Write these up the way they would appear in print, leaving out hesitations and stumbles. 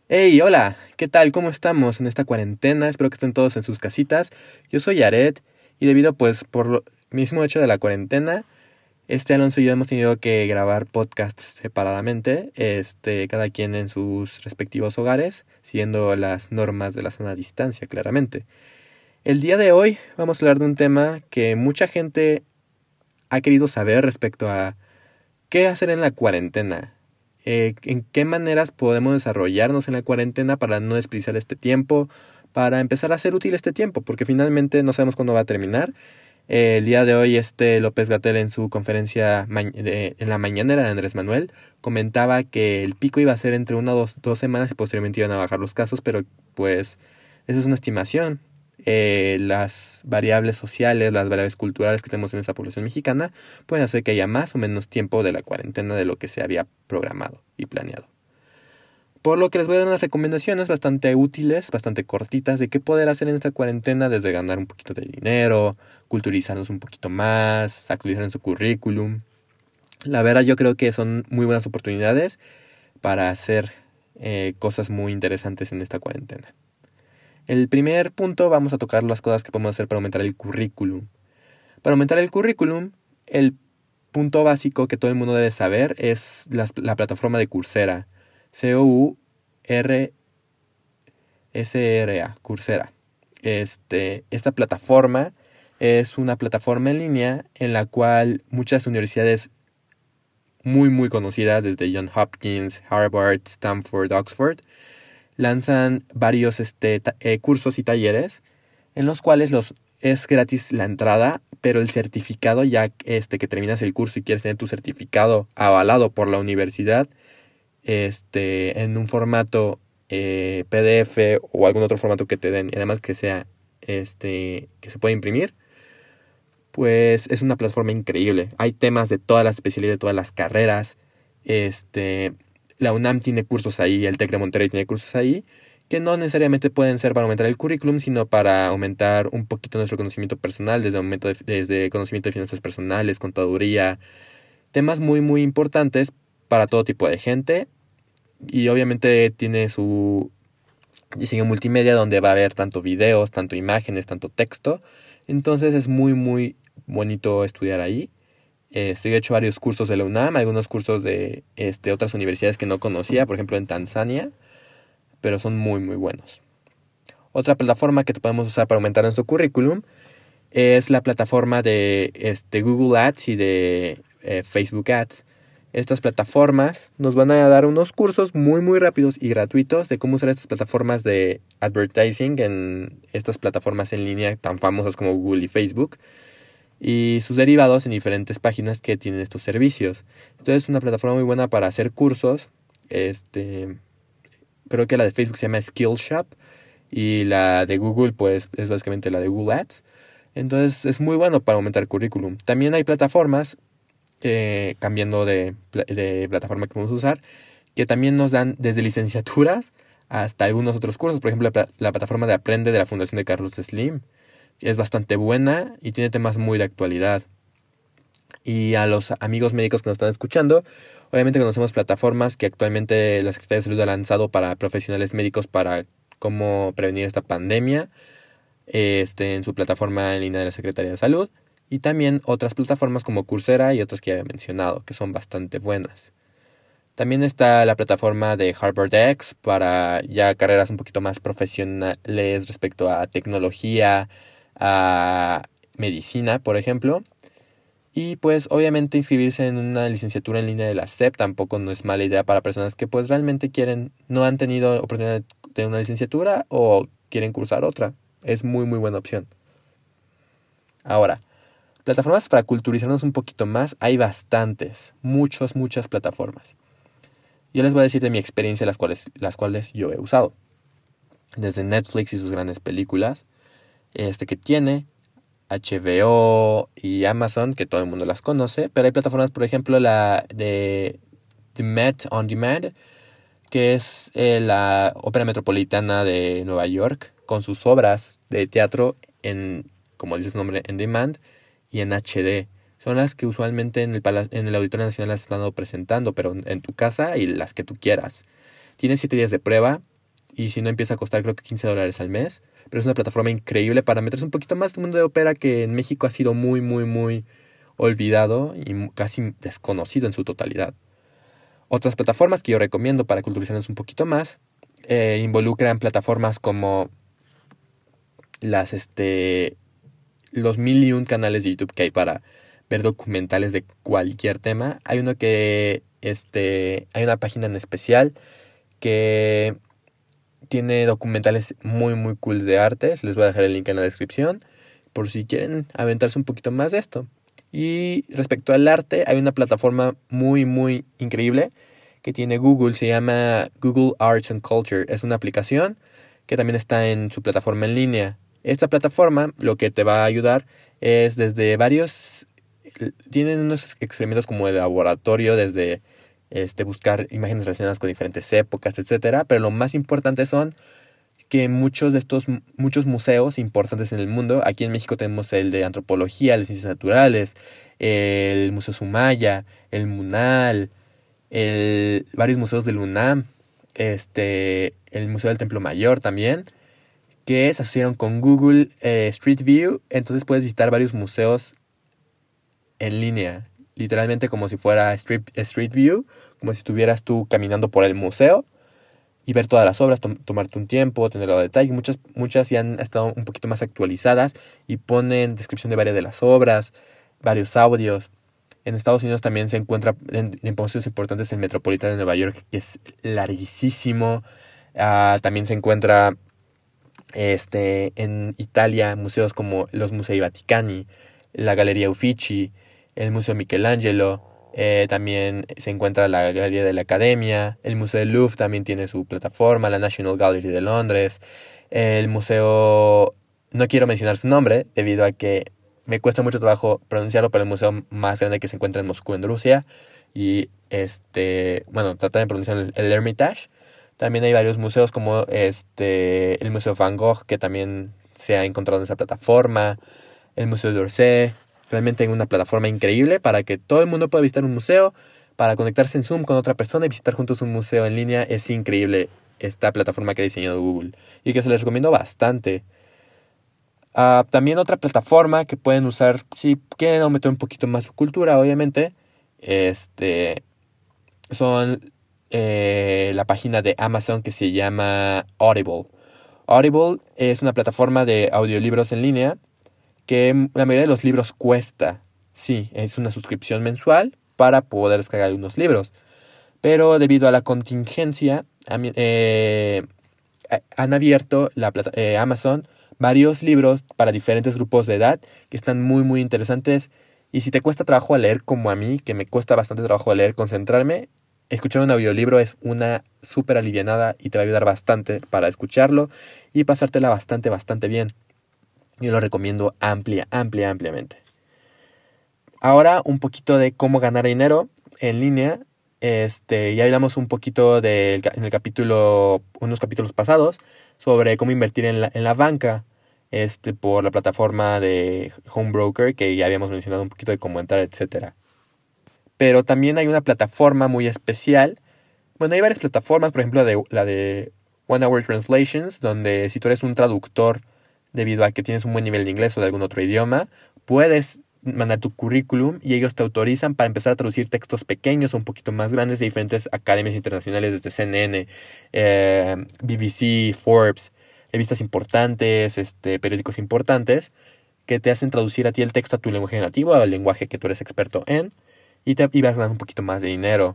Hey, hola, ¿qué tal? ¿Cómo estamos en esta cuarentena? Espero que estén todos en sus casitas. Yo soy Yaret y debido pues por lo mismo hecho de la cuarentena, Alonso y yo hemos tenido que grabar podcasts separadamente, cada quien en sus respectivos hogares, siguiendo las normas de la sana distancia, claramente. El día de hoy vamos a hablar de un tema que mucha gente ha querido saber respecto a qué hacer en la cuarentena. En qué maneras podemos desarrollarnos en la cuarentena para no desperdiciar este tiempo, para empezar a hacer útil este tiempo, porque finalmente no sabemos cuándo va a terminar. El día de hoy, López-Gatell en su conferencia en la mañanera de Andrés Manuel comentaba que el pico iba a ser entre una o dos semanas y posteriormente iban a bajar los casos, pero pues eso es una estimación. Las variables sociales, las variables culturales que tenemos en esta población mexicana pueden hacer que haya más o menos tiempo de la cuarentena de lo que se había programado y planeado. Por lo que les voy a dar unas recomendaciones bastante útiles, bastante cortitas de qué poder hacer en esta cuarentena, desde ganar un poquito de dinero, culturizarnos un poquito más, actualizar en su currículum. La verdad yo creo que son muy buenas oportunidades para hacer cosas muy interesantes en esta cuarentena. El primer punto vamos a tocar las cosas que podemos hacer para aumentar el currículum. Para aumentar el currículum, el punto básico que todo el mundo debe saber es la plataforma de Coursera. Coursera, Coursera. Esta plataforma es una plataforma en línea en la cual muchas universidades muy conocidas, desde Johns Hopkins, Harvard, Stanford, Oxford, lanzan varios cursos y talleres en los cuales es gratis la entrada, pero el certificado ya que terminas el curso y quieres tener tu certificado avalado por la universidad en un formato PDF o algún otro formato que te den, y además que sea que se pueda imprimir, pues es una plataforma increíble. Hay temas de todas las especialidades, de todas las carreras. La UNAM tiene cursos ahí, el TEC de Monterrey tiene cursos ahí, que no necesariamente pueden ser para aumentar el currículum, sino para aumentar un poquito nuestro conocimiento personal, desde conocimiento de finanzas personales, contaduría, temas muy importantes para todo tipo de gente. Y obviamente tiene su diseño multimedia donde va a haber tanto videos, tanto imágenes, tanto texto. Entonces es muy bonito estudiar ahí. Yo he hecho varios cursos de la UNAM, algunos cursos de otras universidades que no conocía, por ejemplo en Tanzania, pero son muy buenos. Otra plataforma que podemos usar para aumentar nuestro currículum es la plataforma de Google Ads y de Facebook Ads. Estas plataformas nos van a dar unos cursos muy rápidos y gratuitos de cómo usar estas plataformas de advertising en estas plataformas en línea tan famosas como Google y Facebook, y sus derivados en diferentes páginas que tienen estos servicios. Entonces es una plataforma muy buena para hacer cursos. Creo que la de Facebook se llama Skillshop y la de Google pues es básicamente la de Google Ads. Entonces es muy bueno para aumentar el currículum. También hay plataformas, cambiando de plataforma que podemos usar, que también nos dan desde licenciaturas hasta algunos otros cursos. Por ejemplo, la plataforma de Aprende de la Fundación de Carlos Slim es bastante buena y tiene temas muy de actualidad. Y a los amigos médicos que nos están escuchando, obviamente conocemos plataformas que actualmente la Secretaría de Salud ha lanzado para profesionales médicos para cómo prevenir esta pandemia, en su plataforma en línea de la Secretaría de Salud, y también otras plataformas como Coursera y otras que ya he mencionado, que son bastante buenas. También está la plataforma de HarvardX para ya carreras un poquito más profesionales respecto a tecnología, a medicina, por ejemplo. Y pues obviamente inscribirse en una licenciatura en línea de la SEP tampoco no es mala idea para personas que pues realmente no han tenido oportunidad de tener una licenciatura o quieren cursar otra. Es muy buena opción. Ahora, plataformas para culturizarnos un poquito más, hay bastantes, muchas plataformas. Yo les voy a decir de mi experiencia las cuales yo he usado. Desde Netflix y sus grandes películas, que tiene HBO y Amazon, que todo el mundo las conoce, pero hay plataformas, por ejemplo, la de The Met On Demand, que es la Ópera Metropolitana de Nueva York, con sus obras de teatro como dice su nombre, en demand y en HD. Son las que usualmente en el Auditorio Nacional las están presentando, pero en tu casa y las que tú quieras. Tienes 7 días de prueba. y si no empieza a costar creo que $15 al mes. Pero es una plataforma increíble para meterse un poquito más en el mundo de ópera, que en México ha sido muy, muy, muy olvidado y casi desconocido en su totalidad. Otras plataformas que yo recomiendo para culturizarnos un poquito más involucran plataformas como los 1001 canales de YouTube que hay para ver documentales de cualquier tema. Hay una página en especial que tiene documentales muy muy cool de arte. Les voy a dejar el link en la descripción por si quieren aventarse un poquito más de esto. Y respecto al arte, hay una plataforma muy muy increíble que tiene Google, se llama Google Arts and Culture. Es una aplicación que también está en su plataforma en línea. Esta plataforma lo que te va a ayudar es desde tienen unos experimentos como de laboratorio, desde buscar imágenes relacionadas con diferentes épocas, etcétera. Pero lo más importante son que muchos museos importantes en el mundo, aquí en México tenemos el de antropología, de ciencias naturales, el Museo Sumaya, el MUNAL, varios museos del UNAM, el Museo del Templo Mayor también, que se asociaron con Google Street View. Entonces puedes visitar varios museos en línea, literalmente como si fuera Street View, como si estuvieras tú caminando por el museo y ver todas las obras, tomarte un tiempo, tenerlo a detalle. Muchas ya han estado un poquito más actualizadas y ponen descripción de varias de las obras, varios audios. En Estados Unidos también se encuentra en museos importantes el Metropolitano de Nueva York, que es larguísimo. También se encuentra en Italia museos como los Musei Vaticani, la Galería Uffizi, el Museo Michelangelo. También se encuentra la Galería de la Academia, el Museo del Louvre también tiene su plataforma, la National Gallery de Londres, el museo, no quiero mencionar su nombre debido a que me cuesta mucho trabajo pronunciarlo, pero el museo más grande que se encuentra en Moscú, en Rusia, y tratar de pronunciar el Hermitage. También hay varios museos como el Museo Van Gogh, que también se ha encontrado en esa plataforma, el Museo d'Orsay. Realmente hay una plataforma increíble para que todo el mundo pueda visitar un museo, para conectarse en Zoom con otra persona y visitar juntos un museo en línea. Es increíble esta plataforma que ha diseñado Google y que se les recomiendo bastante. También otra plataforma que pueden usar si quieren aumentar un poquito más su cultura, obviamente, son la página de Amazon que se llama Audible. Audible es una plataforma de audiolibros en línea que la mayoría de los libros cuesta. Sí, es una suscripción mensual para poder descargar algunos libros. Pero debido a la contingencia, han abierto Amazon varios libros para diferentes grupos de edad que están muy muy interesantes. Y si te cuesta trabajo leer como a mí, que me cuesta bastante trabajo leer, concentrarme, escuchar un audiolibro es una súper alivianada y te va a ayudar bastante para escucharlo y pasártela bastante bastante bien. Yo lo recomiendo ampliamente. Ahora un poquito de cómo ganar dinero en línea. Ya hablamos un poquito en el capítulo, unos capítulos pasados, sobre cómo invertir en la banca, por la plataforma de Home Broker, que ya habíamos mencionado un poquito de cómo entrar, etcétera. Pero también hay una plataforma muy especial. Bueno, hay varias plataformas, por ejemplo, la de One Hour Translations, donde si tú eres un traductor, debido a que tienes un buen nivel de inglés o de algún otro idioma, puedes mandar tu currículum y ellos te autorizan para empezar a traducir textos pequeños o un poquito más grandes de diferentes academias internacionales, desde CNN, BBC, Forbes, revistas importantes, periódicos importantes, que te hacen traducir a ti el texto a tu lenguaje nativo, al lenguaje que tú eres experto en, y vas ganando un poquito más de dinero.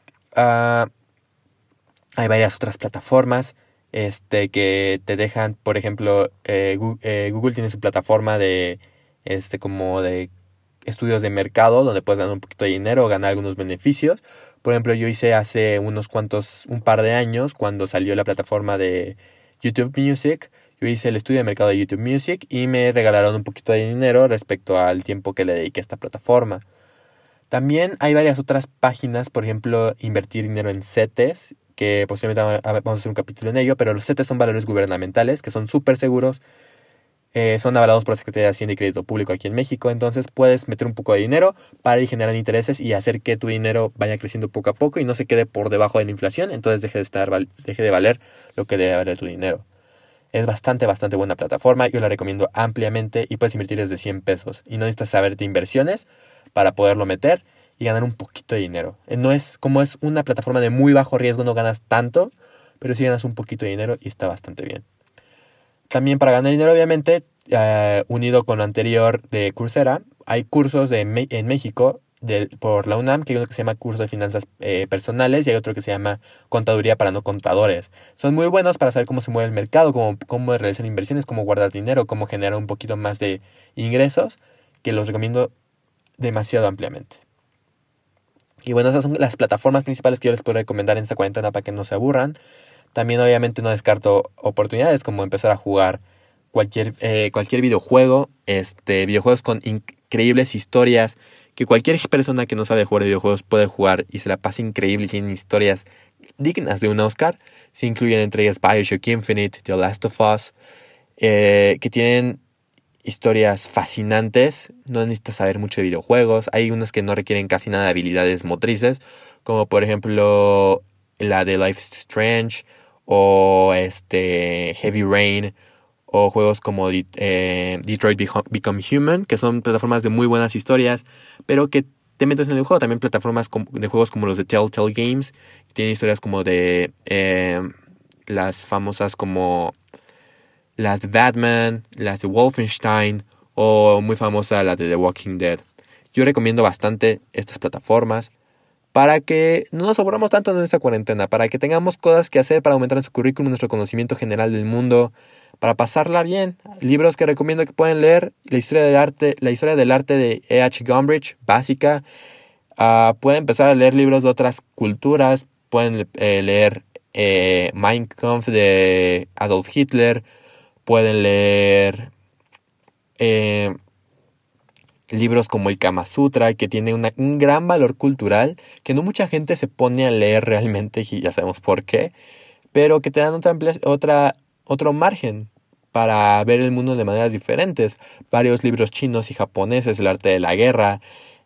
Hay varias otras plataformas que te dejan, por ejemplo, Google tiene su plataforma de como de estudios de mercado, donde puedes ganar un poquito de dinero o ganar algunos beneficios. Por ejemplo, yo hice hace un par de años, cuando salió la plataforma de YouTube Music, yo hice el estudio de mercado de YouTube Music y me regalaron un poquito de dinero respecto al tiempo que le dediqué a esta plataforma. También hay varias otras páginas, por ejemplo, invertir dinero en CETES, que posiblemente vamos a hacer un capítulo en ello, pero los CETES son valores gubernamentales que son súper seguros Son avalados por la Secretaría de Hacienda y Crédito Público aquí en México. Entonces puedes meter un poco de dinero para ir generando intereses y hacer que tu dinero vaya creciendo poco a poco y no se quede por debajo de la inflación. Entonces deje de valer lo que debe valer tu dinero. Es bastante buena plataforma. Yo la recomiendo ampliamente y puedes invertir desde 100 pesos. Y no necesitas saber de inversiones para poderlo meter y ganar un poquito de dinero. No es como es una plataforma de muy bajo riesgo, no ganas tanto, pero sí ganas un poquito de dinero y está bastante bien. También para ganar dinero, obviamente, unido con lo anterior de Coursera, hay cursos en México por la UNAM, que hay uno que se llama Curso de Finanzas Personales y hay otro que se llama Contaduría para no contadores. Son muy buenos para saber cómo se mueve el mercado, cómo realizar inversiones, cómo guardar dinero, cómo generar un poquito más de ingresos, que los recomiendo demasiado ampliamente. Y bueno, esas son las plataformas principales que yo les puedo recomendar en esta cuarentena para que no se aburran. También obviamente no descarto oportunidades como empezar a jugar cualquier videojuego, videojuegos con increíbles historias, que cualquier persona que no sabe jugar videojuegos puede jugar y se la pasa increíble y tienen historias dignas de un Oscar. Se incluyen entre ellas BioShock Infinite, The Last of Us, que tienen historias fascinantes. No necesitas saber mucho de videojuegos. Hay unas que no requieren casi nada de habilidades motrices, como por ejemplo la de Life is Strange o Heavy Rain o juegos como Detroit Become Human, que son plataformas de muy buenas historias, pero que te metes en el juego. También plataformas de juegos como los de Telltale Games, que tienen historias como de las famosas como las de Batman, las de Wolfenstein o muy famosa la de The Walking Dead. Yo recomiendo bastante estas plataformas para que no nos aburramos tanto en esta cuarentena, para que tengamos cosas que hacer para aumentar nuestro currículum, nuestro conocimiento general del mundo, para pasarla bien. Libros que recomiendo que pueden leer: la historia del arte de E.H. Gumbrich, básica. Pueden empezar a leer libros de otras culturas, pueden leer Mein Kampf de Adolf Hitler, pueden leer libros como el Kama Sutra, que tiene un gran valor cultural, que no mucha gente se pone a leer realmente, y ya sabemos por qué, pero que te dan otro margen para ver el mundo de maneras diferentes. Varios libros chinos y japoneses, el arte de la guerra,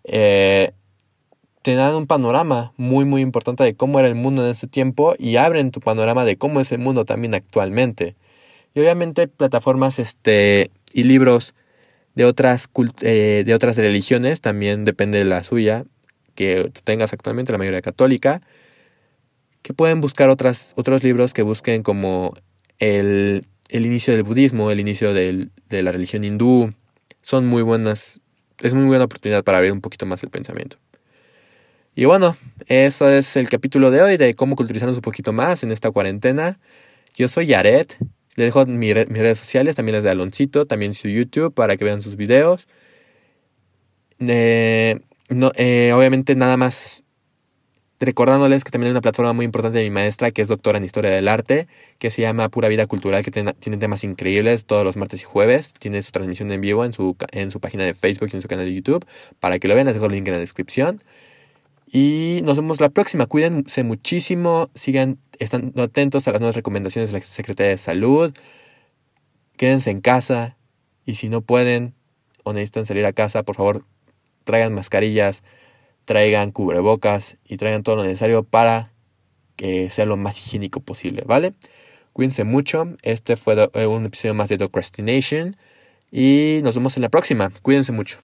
te dan un panorama muy importante de cómo era el mundo en ese tiempo y abren tu panorama de cómo es el mundo también actualmente. Y obviamente plataformas y libros de otras religiones, también depende de la suya, que tú tengas actualmente, la mayoría católica, que pueden buscar otros libros que busquen como el inicio del budismo, el inicio de la religión hindú. Son muy buenas, es muy buena oportunidad para abrir un poquito más el pensamiento. Y bueno, eso es el capítulo de hoy de cómo culturizarnos un poquito más en esta cuarentena. Yo soy Yared. Les dejo mis redes sociales, también las de Aloncito, también su YouTube para que vean sus videos. Obviamente nada más recordándoles que también hay una plataforma muy importante de mi maestra que es doctora en Historia del Arte, que se llama Pura Vida Cultural, que tiene temas increíbles todos los martes y jueves. Tiene su transmisión en vivo en su página de Facebook y en su canal de YouTube. Para que lo vean, les dejo el link en la descripción. Y nos vemos la próxima. Cuídense muchísimo. Sigan estando atentos a las nuevas recomendaciones de la Secretaría de Salud. Quédense en casa. Y si no pueden o necesitan salir a casa, por favor, traigan mascarillas, traigan cubrebocas y traigan todo lo necesario para que sea lo más higiénico posible, ¿vale? Cuídense mucho. Este fue un episodio más de Docrastination. Y nos vemos en la próxima. Cuídense mucho.